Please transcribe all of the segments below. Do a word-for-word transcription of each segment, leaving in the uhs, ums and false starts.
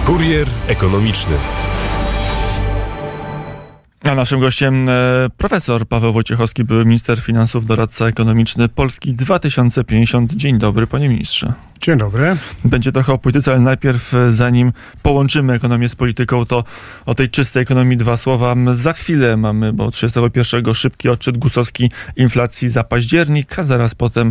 Kurier ekonomiczny. A naszym gościem e, profesor Paweł Wojciechowski, były minister finansów, doradca ekonomiczny Polski dwa tysiące pięćdziesiąt. Dzień dobry, panie ministrze. Dzień dobry. Będzie trochę o polityce, ale najpierw, zanim połączymy ekonomię z polityką, to o tej czystej ekonomii dwa słowa. Za chwilę mamy, bo trzydziestego pierwszego szybki odczyt gusowski inflacji za październik, a zaraz potem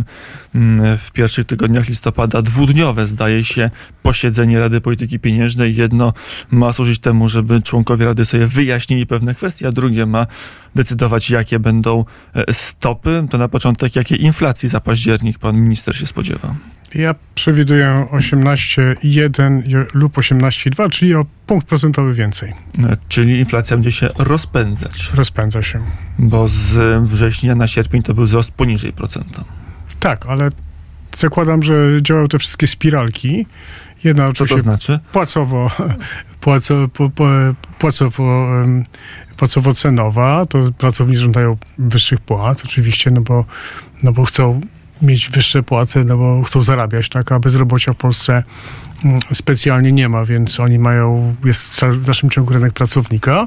w pierwszych tygodniach listopada dwudniowe, zdaje się, posiedzenie Rady Polityki Pieniężnej. Jedno ma służyć temu, żeby członkowie Rady sobie wyjaśnili pewne kwestie, a drugie ma decydować, jakie będą stopy. To na początek, jakiej inflacji za październik pan minister się spodziewa? Ja przewiduję osiemnaście przecinek jeden lub osiemnaście przecinek dwa, czyli o punkt procentowy więcej. Czyli inflacja będzie się rozpędzać. Rozpędza się. Bo z września na sierpień to był wzrost poniżej procenta. Tak, ale zakładam, że działają te wszystkie spiralki. Jedna Co oczywiście to znaczy? Płacowo, płaco, po, po, płacowo, płacowo-cenowa, to pracownicy żądają wyższych płac, oczywiście, no bo, no bo chcą mieć wyższe płace, no bo chcą zarabiać, tak, a bezrobocia w Polsce specjalnie nie ma, więc oni mają, jest w naszym ciągu rynek pracownika.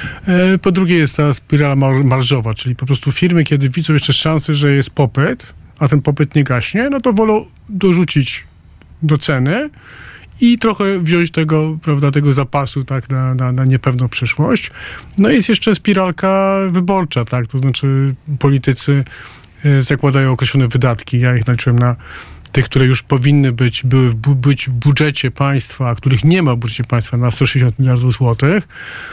Po drugie jest ta spirala marżowa, czyli po prostu firmy, kiedy widzą jeszcze szansę, że jest popyt, a ten popyt nie gaśnie, no to wolą dorzucić do ceny i trochę wziąć tego, prawda, tego zapasu, tak, na, na, na niepewną przyszłość. No i jest jeszcze spiralka wyborcza, tak, to znaczy politycy zakładają określone wydatki. Ja ich naliczyłem na tych, które już powinny być, były w bu- być w budżecie państwa, a których nie ma w budżecie państwa, na sto sześćdziesiąt miliardów złotych.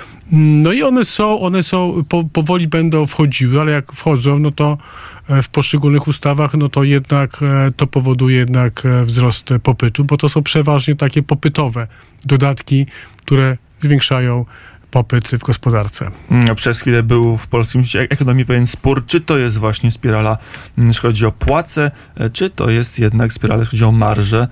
No i one są, one są, po, powoli będą wchodziły, ale jak wchodzą, no to w poszczególnych ustawach, no to jednak to powoduje jednak wzrost popytu, bo to są przeważnie takie popytowe dodatki, które zwiększają popyt w gospodarce. Przez chwilę był w polskim życiu ekonomii pewien spór, czy to jest właśnie spirala, jeśli chodzi o płace, czy to jest jednak spirala, jeśli chodzi o marże.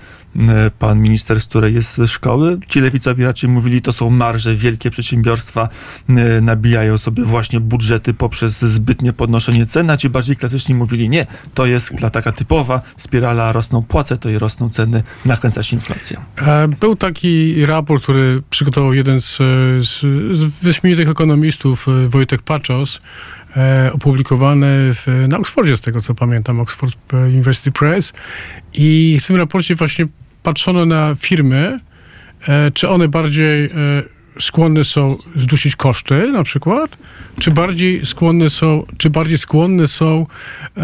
Pan minister, z której jest ze szkoły, ci lewicowi raczej mówili, to są marże, wielkie przedsiębiorstwa nabijają sobie właśnie budżety poprzez zbytnie podnoszenie cen, a ci bardziej klasyczni mówili, nie, to jest taka typowa spirala, rosną płace, to i rosną ceny, nakręca się inflacja. Był taki raport, który przygotował jeden z, z, z wyśmienitych ekonomistów, Wojtek Paczos, E, opublikowany w, na Oksfordzie, z tego co pamiętam, Oxford University Press, i w tym raporcie właśnie patrzono na firmy, e, czy one bardziej e, skłonne są zdusić koszty na przykład, czy bardziej skłonne są, czy bardziej skłonne są e,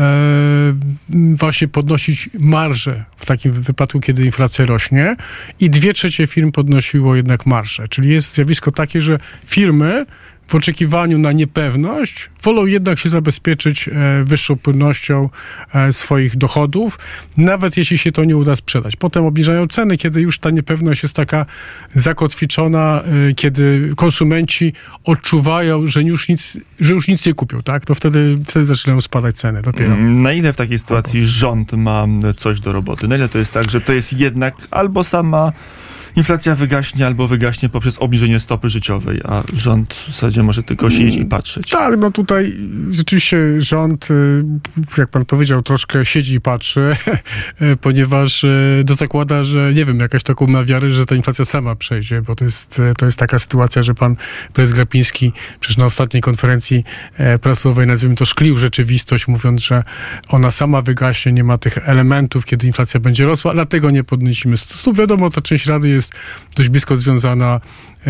właśnie podnosić marże w takim wypadku, kiedy inflacja rośnie, i dwie trzecie firm podnosiło jednak marże. Czyli jest zjawisko takie, że firmy w oczekiwaniu na niepewność wolą jednak się zabezpieczyć e, wyższą płynnością e, swoich dochodów, nawet jeśli się to nie uda sprzedać. Potem obniżają ceny, kiedy już ta niepewność jest taka zakotwiczona, e, kiedy konsumenci odczuwają, że już nic, że już nic nie kupią, tak? To wtedy, wtedy zaczynają spadać ceny dopiero. Na ile w takiej sytuacji rząd ma coś do roboty? Na ile to jest tak, że to jest jednak albo sama inflacja wygaśnie, albo wygaśnie poprzez obniżenie stopy życiowej, a rząd w zasadzie może tylko siedzieć i patrzeć? Tak, no tutaj rzeczywiście rząd, jak pan powiedział, troszkę siedzi i patrzy, ponieważ to zakłada, że nie wiem, jakaś taką ma wiarę, że ta inflacja sama przejdzie, bo to jest, to jest taka sytuacja, że pan prezes Glapiński przecież na ostatniej konferencji prasowej, nazwijmy to, szklił rzeczywistość, mówiąc, że ona sama wygaśnie, nie ma tych elementów, kiedy inflacja będzie rosła, dlatego nie podnosimy stóp. Wiadomo, ta część Rady jest dość blisko związana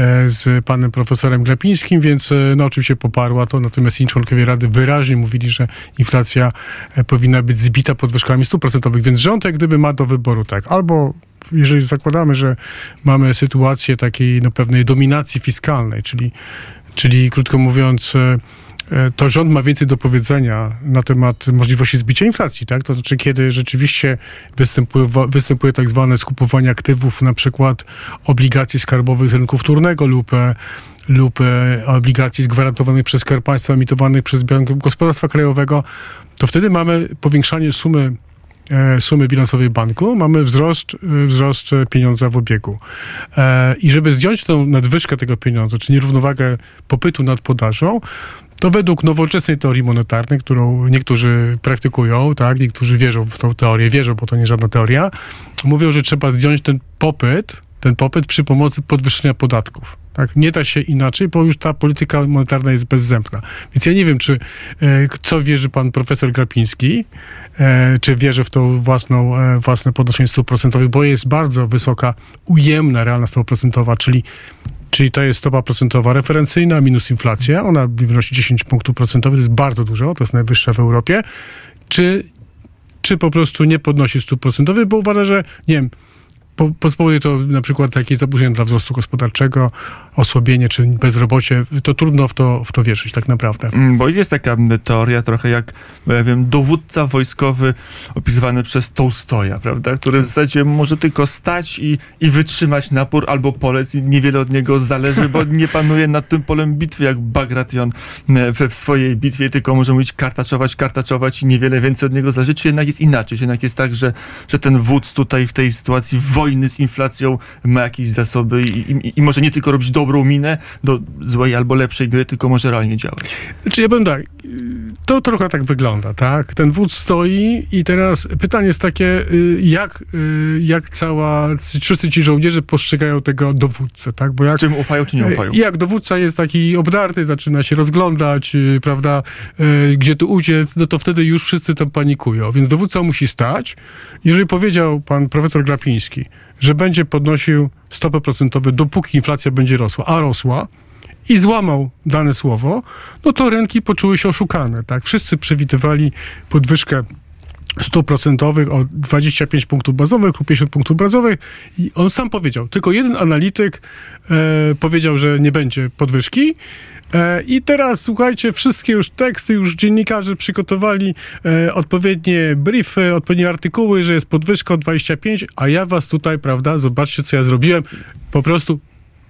z panem profesorem Glapińskim, więc no oczywiście poparła to, natomiast inni członkowie Rady wyraźnie mówili, że inflacja powinna być zbita podwyżkami stóp procentowych, więc rząd jak gdyby ma do wyboru tak, albo jeżeli zakładamy, że mamy sytuację takiej no, pewnej dominacji fiskalnej, czyli, czyli krótko mówiąc, to rząd ma więcej do powiedzenia na temat możliwości zbicia inflacji, tak? To znaczy, kiedy rzeczywiście występuje, występuje tak zwane skupowanie aktywów, na przykład obligacji skarbowych z rynku wtórnego lub, lub obligacji zgwarantowanych przez Skarb Państwa, emitowanych przez Bank Gospodarstwa Krajowego, to wtedy mamy powiększanie sumy sumy bilansowej banku, mamy wzrost, wzrost pieniądza w obiegu. I żeby zdjąć tą nadwyżkę tego pieniądza, czy nierównowagę popytu nad podażą, to według nowoczesnej teorii monetarnej, którą niektórzy praktykują, tak, niektórzy wierzą w tą teorię, wierzą, bo to nie żadna teoria, mówią, że trzeba zdjąć ten popyt, ten popyt przy pomocy podwyższenia podatków. Tak? Nie da się inaczej, bo już ta polityka monetarna jest bezzębna. Więc ja nie wiem, czy e, co wierzy pan profesor Glapiński, e, czy wierzy w to własną, e, własne podnoszenie stóp procentowych, bo jest bardzo wysoka, ujemna realna stopa procentowa, czyli Czyli to jest stopa procentowa referencyjna minus inflacja. Ona wynosi dziesięć punktów procentowych, to jest bardzo dużo, to jest najwyższa w Europie. Czy, czy po prostu nie podnosi stóp procentowych, bo uważa, że nie wiem, po, spowoduje to na przykład jakieś zaburzenia dla wzrostu gospodarczego, osłabienie czy bezrobocie, to trudno w to, w to wierzyć tak naprawdę. Bo jest taka teoria trochę jak, ja wiem, dowódca wojskowy opisywany przez Tołstoja, prawda, który w zasadzie może tylko stać i, i wytrzymać napór albo polec i niewiele od niego zależy, bo nie panuje nad tym polem bitwy jak Bagration we w swojej bitwie, tylko może mówić kartaczować, kartaczować i niewiele więcej od niego zależy, czy jednak jest inaczej, czy jednak jest tak, że, że ten wódz tutaj w tej sytuacji wojny z inflacją ma jakieś zasoby i, i, i może nie tylko robić dobrą minę do złej albo lepszej gry, tylko może realnie działać. Znaczy ja powiem tak, to trochę tak wygląda, tak? Ten wódz stoi i teraz pytanie jest takie, jak, jak cała, wszyscy ci żołnierze postrzegają tego dowódcę, tak? Bo jak, czym ufają, czy nie ufają? Jak dowódca jest taki obdarty, zaczyna się rozglądać, prawda, gdzie tu uciec, no to wtedy już wszyscy tam panikują, więc dowódca musi stać. Jeżeli powiedział pan profesor Glapiński, że będzie podnosił stopy procentowe, dopóki inflacja będzie rosła, a rosła, i złamał dane słowo, no to rynki poczuły się oszukane, tak? Wszyscy przewidywali podwyżkę stóp procentowych o dwadzieścia pięć punktów bazowych lub pięćdziesiąt punktów bazowych i on sam powiedział, tylko jeden analityk e, powiedział, że nie będzie podwyżki. E, I teraz, słuchajcie, wszystkie już teksty, już dziennikarze przygotowali e, odpowiednie briefy, odpowiednie artykuły, że jest podwyżka o dwadzieścia pięć, a ja was tutaj, prawda, zobaczcie, co ja zrobiłem, po prostu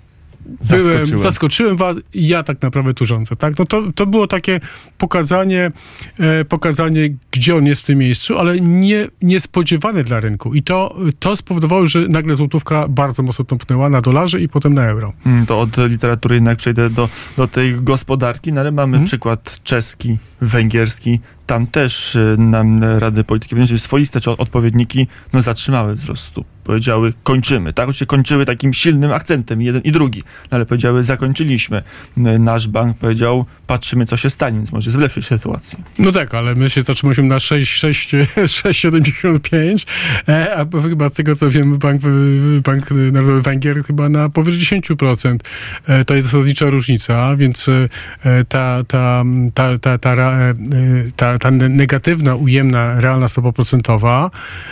byłem, zaskoczyłem. zaskoczyłem was i ja tak naprawdę tu rządzę, tak? No to, to było takie pokazanie, e, pokazanie, gdzie on jest w tym miejscu, ale nie, niespodziewane dla rynku. I to, to spowodowało, że nagle złotówka bardzo mocno tąpnęła na dolarze i potem na euro. To od literatury jednak przejdę do, do tej gospodarki, no ale mamy hmm. przykład czeski, węgierski. Tam też nam Rady Polityki Pieniężnej swoiste czy odpowiedniki no, zatrzymały wzrost stóp. Powiedziały, kończymy. Tak, oczywiście kończyły takim silnym akcentem, jeden i drugi. No, ale powiedziały, zakończyliśmy. Nasz bank powiedział, patrzymy, co się stanie, więc może jest w lepszej sytuacji. No tak, ale my się zatrzymaliśmy na sześć przecinek siedemdziesiąt pięć, a chyba z tego, co wiem, Bank, Bank Narodowy Węgier chyba na powyżej dziesięć procent. To jest zasadnicza różnica, więc ta, ta, ta, ta, ta, ta, ta negatywna, ujemna, realna stopa procentowa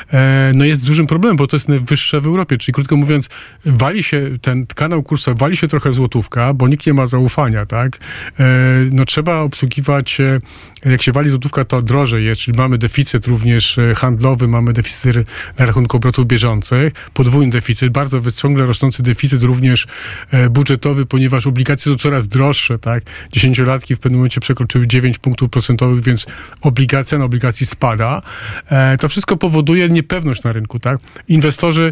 no jest dużym problemem, bo to jest najwyższa w Europie, czyli krótko mówiąc, wali się ten kanał kursowy, wali się trochę złotówka, bo nikt nie ma zaufania, tak? No trzeba obsługiwać, jak się wali złotówka, to drożej jest, czyli mamy deficyt również handlowy, mamy deficyt na rachunku obrotów bieżących, podwójny deficyt, bardzo ciągle rosnący deficyt również budżetowy, ponieważ obligacje są coraz droższe, tak? Dziesięciolatki w pewnym momencie przekroczyły dziewięć punktów procentowych, więc obligacja na obligacji spada. To wszystko powoduje niepewność na rynku, tak? Inwestorzy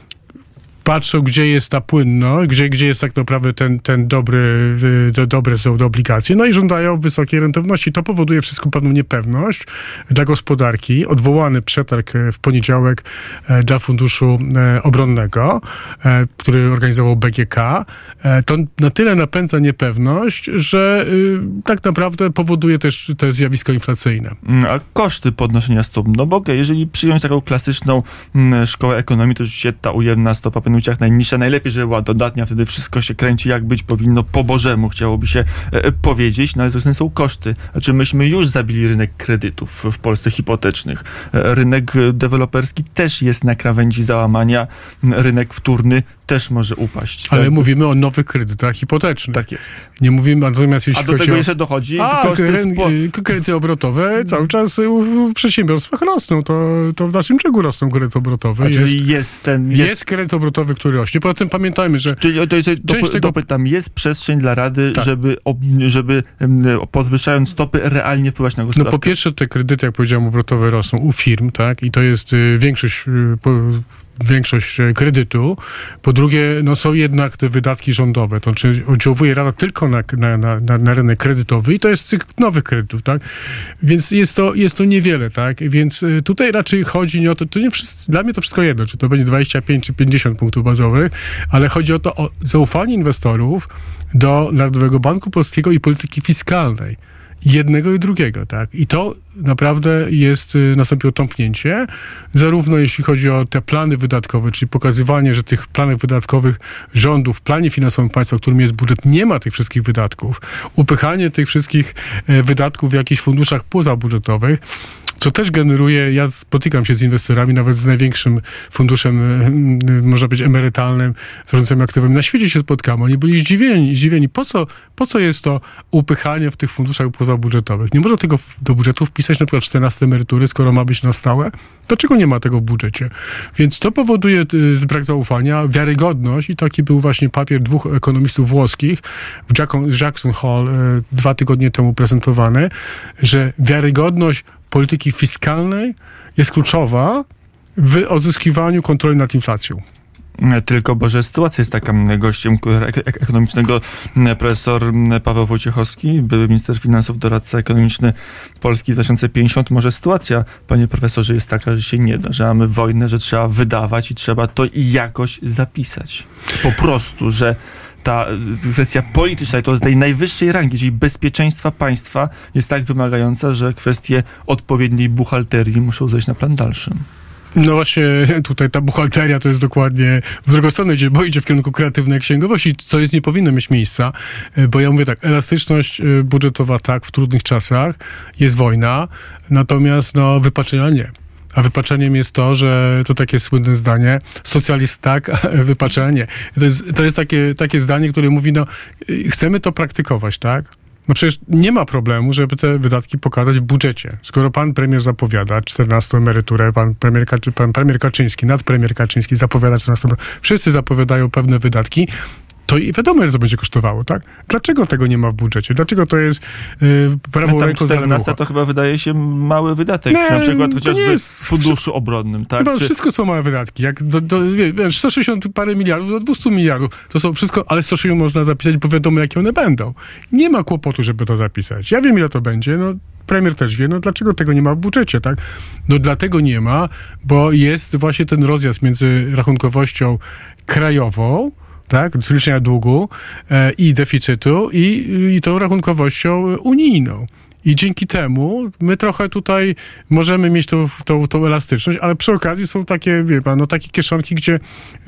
patrzą, gdzie jest ta płynność, gdzie, gdzie jest tak naprawdę ten, ten dobry, do, dobre są do obligacje, no i żądają wysokiej rentowności. To powoduje wszystko pewną niepewność dla gospodarki. Odwołany przetarg w poniedziałek dla Funduszu Obronnego, który organizował B G K, to na tyle napędza niepewność, że tak naprawdę powoduje też te zjawisko inflacyjne. A koszty podnoszenia stóp? No bo okay, jeżeli przyjąć taką klasyczną szkołę ekonomii, to oczywiście ta ujemna stopa powinna być jak najniższa. Najlepiej, żeby była dodatnia, wtedy wszystko się kręci jak być powinno po bożemu, chciałoby się e, powiedzieć, no ale to są koszty. Znaczy myśmy już zabili rynek kredytów w Polsce hipotecznych. E, rynek deweloperski też jest na krawędzi załamania. Rynek wtórny też może upaść. Ale tak? Mówimy o nowych kredytach hipotecznych. Tak jest. Nie mówimy, natomiast jeśli A do tego o... jeszcze dochodzi A, koszty spo... kredyty obrotowe cały czas w przedsiębiorstwach rosną. To, to w naszym czego rosną kredyty obrotowe? A jest, czyli jest ten... Jest... jest kredyt obrotowy, który rośnie. Poza tym pamiętajmy, że... Czyli to jest, dop- tego... dopytam, jest przestrzeń dla Rady, tak. żeby, ob... żeby podwyższając stopy realnie wpływać na gospodarkę? No po pierwsze te kredyty, jak powiedziałem, obrotowe rosną u firm, tak? I to jest y, większość... Y, po... większość kredytu. Po drugie, no są jednak te wydatki rządowe. To znaczy oddziałuje rada tylko na, na, na, na rynek kredytowy i to jest cykl nowych kredytów, tak? Więc jest to, jest to niewiele, tak? Więc tutaj raczej chodzi nie o to, to nie wszyscy, dla mnie to wszystko jedno, czy to będzie dwadzieścia pięć czy pięćdziesiąt punktów bazowych, ale chodzi o to, o zaufanie inwestorów do Narodowego Banku Polskiego i polityki fiskalnej. Jednego i drugiego, tak? I to naprawdę jest, nastąpiło tąpnięcie, zarówno jeśli chodzi o te plany wydatkowe, czyli pokazywanie, że tych planów wydatkowych rządu w planie finansowym państwa, którym jest budżet, nie ma tych wszystkich wydatków. Upychanie tych wszystkich wydatków w jakichś funduszach pozabudżetowych, co też generuje, ja spotykam się z inwestorami, nawet z największym funduszem, można być emerytalnym, zarządcami aktywami. Na świecie się spotkamy. Oni byli zdziwieni. zdziwieni. Po co, po co jest to upychanie w tych funduszach pozabudżetowych? Nie można tego do budżetu wpisać, na przykład czternaste emerytury, skoro ma być na stałe. Dlaczego nie ma tego w budżecie? Więc to powoduje brak zaufania, wiarygodność i taki był właśnie papier dwóch ekonomistów włoskich w Jackson Hole dwa tygodnie temu prezentowany, że wiarygodność polityki fiskalnej jest kluczowa w odzyskiwaniu kontroli nad inflacją. Tylko, bo że sytuacja jest taka, gościem ekonomicznego profesor Paweł Wojciechowski, były minister finansów, doradca ekonomiczny Polski dwa tysiące pięćdziesiąt. Może sytuacja, panie profesorze, jest taka, że się nie da, że mamy wojnę, że trzeba wydawać i trzeba to i jakoś zapisać. Po prostu, że ta kwestia polityczna, to tej najwyższej rangi, czyli bezpieczeństwa państwa, jest tak wymagająca, że kwestie odpowiedniej buchalterii muszą zejść na plan dalszy. No właśnie tutaj ta buchalteria to jest dokładnie w drugą stronę idzie, bo idzie w kierunku kreatywnej księgowości, co jest nie powinno mieć miejsca, bo ja mówię tak, elastyczność budżetowa tak, w trudnych czasach, jest wojna, natomiast no wypaczenia nie. A wypaczeniem jest to, że to takie słynne zdanie, socjalist tak, a wypaczenia nie. To jest, to jest takie, takie zdanie, które mówi, no chcemy to praktykować, tak? No przecież nie ma problemu, żeby te wydatki pokazać w budżecie. Skoro pan premier zapowiada czternastą emeryturę, pan premier, pan premier Kaczyński, nadpremier Kaczyński zapowiada czternastą emeryturę, wszyscy zapowiadają pewne wydatki, to i wiadomo, że to będzie kosztowało, tak? Dlaczego tego nie ma w budżecie? Dlaczego to jest yy, prawą no ręką czternasta to chyba wydaje się mały wydatek, nie, na przykład chociażby jest, w funduszu wszystko, obronnym, tak? Chyba Czy... wszystko są małe wydatki. Jak do, do, wiesz, sto sześćdziesiąt parę miliardów do dwieście miliardów. To są wszystko, ale sto sześćdziesiąt można zapisać, bo wiadomo, jakie one będą. Nie ma kłopotu, żeby to zapisać. Ja wiem, ile to będzie, no premier też wie, no dlaczego tego nie ma w budżecie, tak? No dlatego nie ma, bo jest właśnie ten rozjazd między rachunkowością krajową, tak, zwiększenia długu e, i deficytu i, i tą rachunkowością unijną. I dzięki temu my trochę tutaj możemy mieć tą, tą, tą elastyczność, ale przy okazji są takie, wie pan, no takie kieszonki, gdzie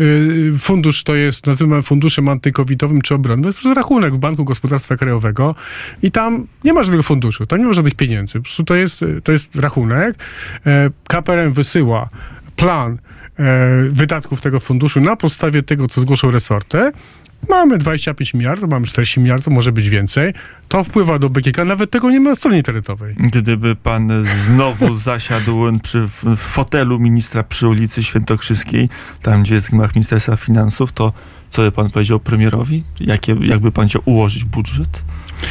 y, fundusz to jest, nazywamy funduszem antykowidowym czy obronnym, to jest po prostu rachunek w Banku Gospodarstwa Krajowego i tam nie ma żadnego funduszu, tam nie ma żadnych pieniędzy. Po prostu to jest, to jest rachunek. E, K P R M wysyła plan wydatków tego funduszu na podstawie tego, co zgłoszą resorty. Mamy dwadzieścia pięć miliardów, mamy czterdzieści miliardów, może być więcej. To wpływa do B G K, nawet tego nie ma na stronie internetowej. Gdyby pan znowu zasiadł przy w fotelu ministra przy ulicy Świętokrzyskiej, tam gdzie jest gmach Ministerstwa Finansów, to co by pan powiedział premierowi? Jakie, jakby pan chciał ułożyć budżet?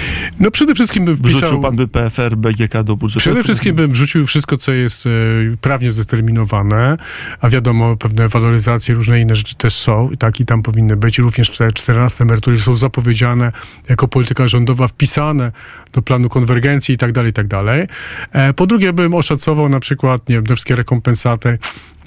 No przede wszystkim bym wpisał... Wrzucił pan by P F R, B G K do budżetu? Przede wszystkim bym wrzucił wszystko, co jest e, prawnie zdeterminowane, a wiadomo, pewne waloryzacje, różne inne rzeczy też są, tak i tam powinny być. I również te czternaste emerytury są zapowiedziane jako polityka rządowa, wpisane do planu konwergencji i tak dalej, i tak dalej. E, po drugie bym oszacował na przykład, nie wiem, te wszystkie rekompensaty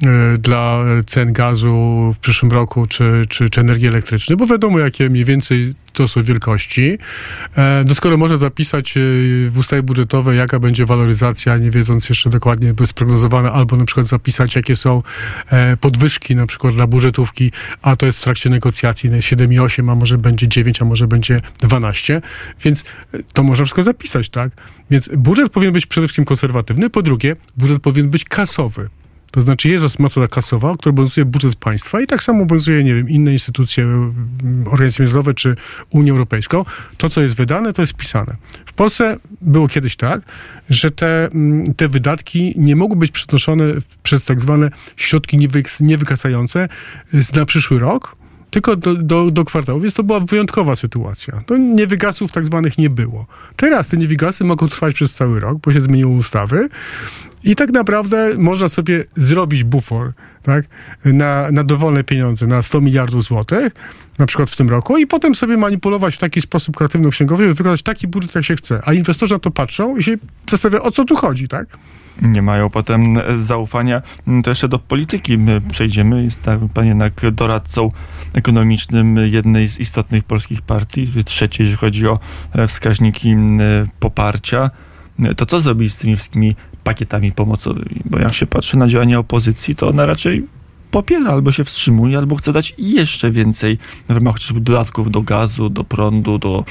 dla cen gazu w przyszłym roku, czy, czy, czy energii elektrycznej, bo wiadomo, jakie mniej więcej to są wielkości. No skoro można zapisać w ustawie budżetowej, jaka będzie waloryzacja, nie wiedząc jeszcze dokładnie, bo jest prognozowane, albo na przykład zapisać, jakie są podwyżki na przykład dla budżetówki, a to jest w trakcie negocjacji siedem i osiem, a może będzie dziewięć, a może będzie dwanaście, więc to można wszystko zapisać, tak? Więc budżet powinien być przede wszystkim konserwatywny, po drugie, budżet powinien być kasowy. To znaczy jest metoda kasowa, która obowiązuje budżet państwa i tak samo obowiązuje, nie wiem, inne instytucje, organizacje międzynarodowe czy Unię Europejską. To, co jest wydane, to jest wpisane. W Polsce było kiedyś tak, że te, te wydatki nie mogły być przenoszone przez tak zwane środki niewy, niewykasające na przyszły rok, tylko do, do, do kwartału, więc to była wyjątkowa sytuacja. To niewygasów tak zwanych nie było. Teraz te niewygasy mogą trwać przez cały rok, bo się zmieniły ustawy i tak naprawdę można sobie zrobić bufor, tak, na, na dowolne pieniądze, na sto miliardów złotych, na przykład w tym roku, i potem sobie manipulować w taki sposób kreatywno-księgowy, żeby wykonać taki budżet, jak się chce. A inwestorzy na to patrzą i się zastanawiają, o co tu chodzi, tak? Nie mają potem zaufania. To jeszcze do polityki my przejdziemy. Jest tak, pan jednak doradcą ekonomicznym jednej z istotnych polskich partii, trzeciej, jeżeli chodzi o wskaźniki poparcia. To co zrobić z tymi wszystkimi pakietami pomocowymi? Bo jak się patrzy na działania opozycji, to ona raczej popiera, albo się wstrzymuje, albo chce dać jeszcze więcej w ramach chociażby dodatków do gazu, do prądu, do,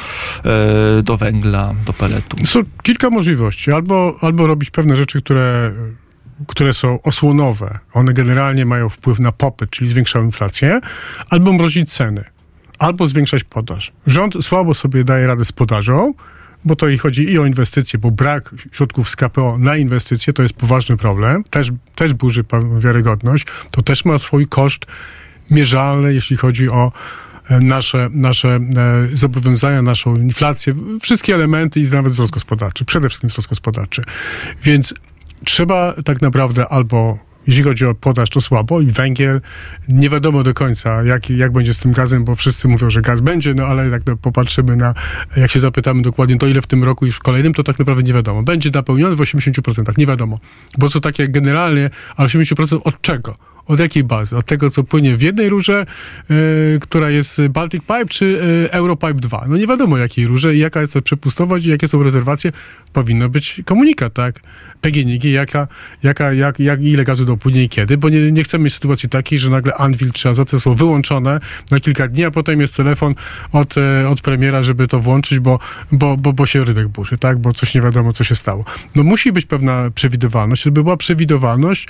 e, do węgla, do peletu. Są kilka możliwości. Albo, albo robić pewne rzeczy, które, które są osłonowe. One generalnie mają wpływ na popyt, czyli zwiększają inflację, albo mrozić ceny, albo zwiększać podaż. Rząd słabo sobie daje radę z podażą, bo to i chodzi i o inwestycje, bo brak środków z K P O na inwestycje to jest poważny problem, też, też burzy wiarygodność, to też ma swój koszt mierzalny, jeśli chodzi o nasze, nasze zobowiązania, naszą inflację, wszystkie elementy i nawet wzrost gospodarczy, przede wszystkim wzrost gospodarczy. Więc trzeba tak naprawdę albo, jeśli chodzi o podaż, to słabo i węgiel, nie wiadomo do końca, jak, jak będzie z tym gazem, bo wszyscy mówią, że gaz będzie, no ale jak popatrzymy na, jak się zapytamy dokładnie, to ile w tym roku i w kolejnym, to tak naprawdę nie wiadomo. Będzie napełniony w osiemdziesięciu procentach, nie wiadomo. Bo to takie generalnie, ale osiemdziesiąt procent od czego? Od jakiej bazy? Od tego, co płynie w jednej rurze, yy, która jest Baltic Pipe, czy yy, Europipe dwa? No nie wiadomo, jakiej rurze i jaka jest ta przepustowość i jakie są rezerwacje. Powinno być komunikat, tak? P G N I G, jaka, jaka, jak, jak, ile gazu dopłynie i kiedy, bo nie, nie chcemy mieć sytuacji takiej, że nagle Anwil czy Azoty są wyłączone na kilka dni, a potem jest telefon od, od premiera, żeby to włączyć, bo, bo, bo, bo się rynek burzy, tak? Bo coś nie wiadomo, co się stało. No musi być pewna przewidywalność. Żeby była przewidywalność,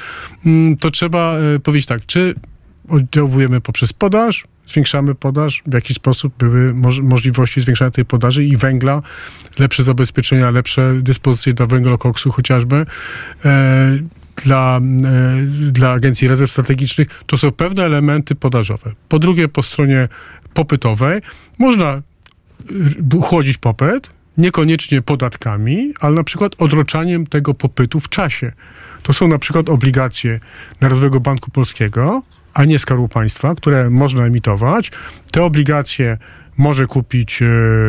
to trzeba powiedzieć tak, czy oddziałujemy poprzez podaż, zwiększamy podaż, w jaki sposób były moż- możliwości zwiększania tej podaży i węgla, lepsze zabezpieczenia, lepsze dyspozycje dla węglokoksu chociażby, e, dla, e, dla Agencji Rezerw Strategicznych. To są pewne elementy podażowe. Po drugie, po stronie popytowej można chłodzić popyt, niekoniecznie podatkami, ale na przykład odroczaniem tego popytu w czasie. To są na przykład obligacje Narodowego Banku Polskiego, a nie Skarbu Państwa, które można emitować. Te obligacje może kupić, e,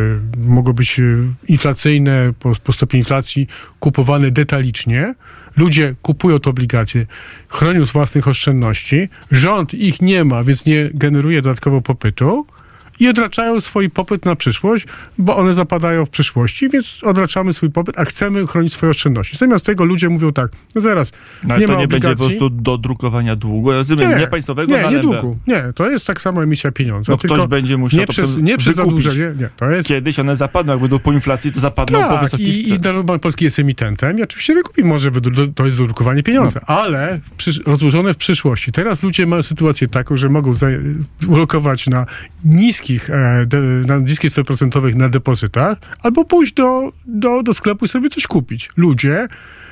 mogą być inflacyjne, po, po stopniu inflacji, kupowane detalicznie. Ludzie kupują te obligacje, chronią z własnych oszczędności. Rząd ich nie ma, więc nie generuje dodatkowego popytu. I odraczają swój popyt na przyszłość, bo one zapadają w przyszłości, więc odraczamy swój popyt, a chcemy chronić swoje oszczędności. Zamiast tego ludzie mówią tak, no zaraz, no, nie to ma nie obligacji. będzie po prostu do drukowania długu, ja rozumiem, nie, nie państwowego, nie, na nie lembę. długu. Nie, to jest tak samo emisja pieniądza. No tylko ktoś będzie musiał nie to przez, nie przez zadłużenie. Nie, to jest... Kiedyś one zapadną, jak będą po inflacji, to zapadną tak, po wysokich i, i Narodowy Bank Polski jest emitentem i oczywiście wykupi, może to jest dodrukowanie pieniądza, no. Ale w przysz- rozłożone w przyszłości. Teraz ludzie mają sytuację taką, że mogą za- ulokować na niskich, e, de, na niskich stóp procentowych na depozytach, albo pójść do, do, do sklepu i sobie coś kupić. Ludzie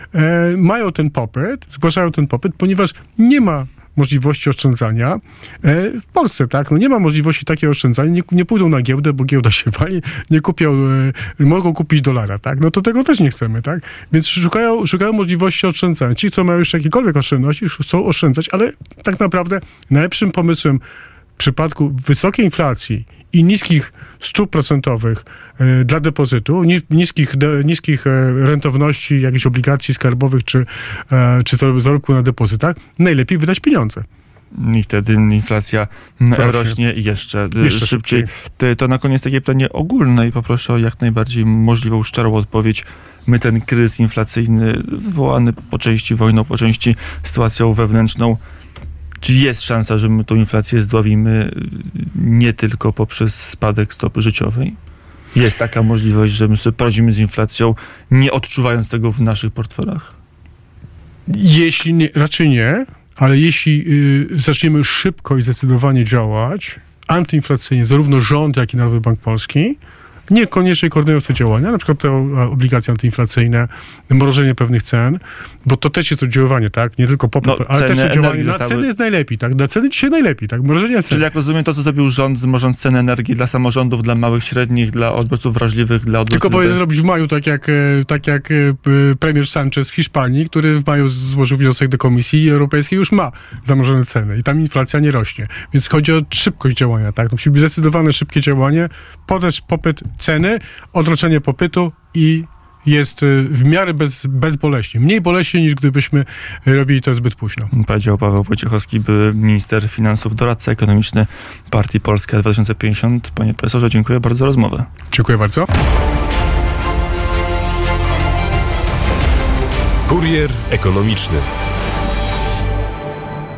e, mają ten popyt, zgłaszają ten popyt, ponieważ nie ma możliwości oszczędzania e, w Polsce, tak? No nie ma możliwości takiego oszczędzania, nie, nie pójdą na giełdę, bo giełda się wali, nie kupią, e, mogą kupić dolara, tak? No to tego też nie chcemy, tak? Więc szukają, szukają możliwości oszczędzania. Ci, co mają jeszcze jakiekolwiek oszczędności, chcą oszczędzać, ale tak naprawdę najlepszym pomysłem w przypadku wysokiej inflacji i niskich stóp procentowych y, dla depozytu, ni, niskich, de, niskich y, rentowności jakichś obligacji skarbowych czy, y, czy zarobku na depozytach, najlepiej wydać pieniądze. I wtedy inflacja Proszę. rośnie jeszcze, jeszcze szybciej. szybciej. To na koniec takie pytanie ogólne i poproszę o jak najbardziej możliwą szczerą odpowiedź. My ten kryzys inflacyjny wywołany po części wojną, po części sytuacją wewnętrzną, czy jest szansa, że my tą inflację zdławimy nie tylko poprzez spadek stopy życiowej? Jest taka możliwość, że my sobie poradzimy z inflacją, nie odczuwając tego w naszych portfelach? Jeśli nie, raczej nie, ale jeśli y, zaczniemy szybko i zdecydowanie działać antyinflacyjnie, zarówno rząd, jak i Narodowy Bank Polski, niekoniecznie koordynując te działania, na przykład te obligacje antyinflacyjne, mrożenie pewnych cen, bo to też jest oddziaływanie, tak? Nie tylko popyt, No, ale też oddziaływanie na zostały... ceny jest najlepiej, tak? Dla ceny dzisiaj najlepiej, tak? Mrożenie cen. Czyli jak rozumiem to, co zrobił rząd, mrożąc ceny energii dla samorządów, dla małych, średnich, dla odbiorców wrażliwych, dla odbiorców... Tylko powinien zrobić w maju, tak jak, tak jak premier Sanchez w Hiszpanii, który w maju złożył wniosek do Komisji Europejskiej, już ma zamrożone ceny i tam inflacja nie rośnie. Więc chodzi o szybkość działania, tak? To musi być zdecydowane, szybkie działanie, podać popyt, ceny, odroczenie popytu i jest w miarę bez, bezboleśnie. Mniej boleśnie, niż gdybyśmy robili to zbyt późno. Powiedział Paweł Wojciechowski, były minister finansów, doradca ekonomiczny Partii Polska dwa tysiące pięćdziesiąt. Panie profesorze, dziękuję bardzo za rozmowę. Dziękuję bardzo. Kurier ekonomiczny.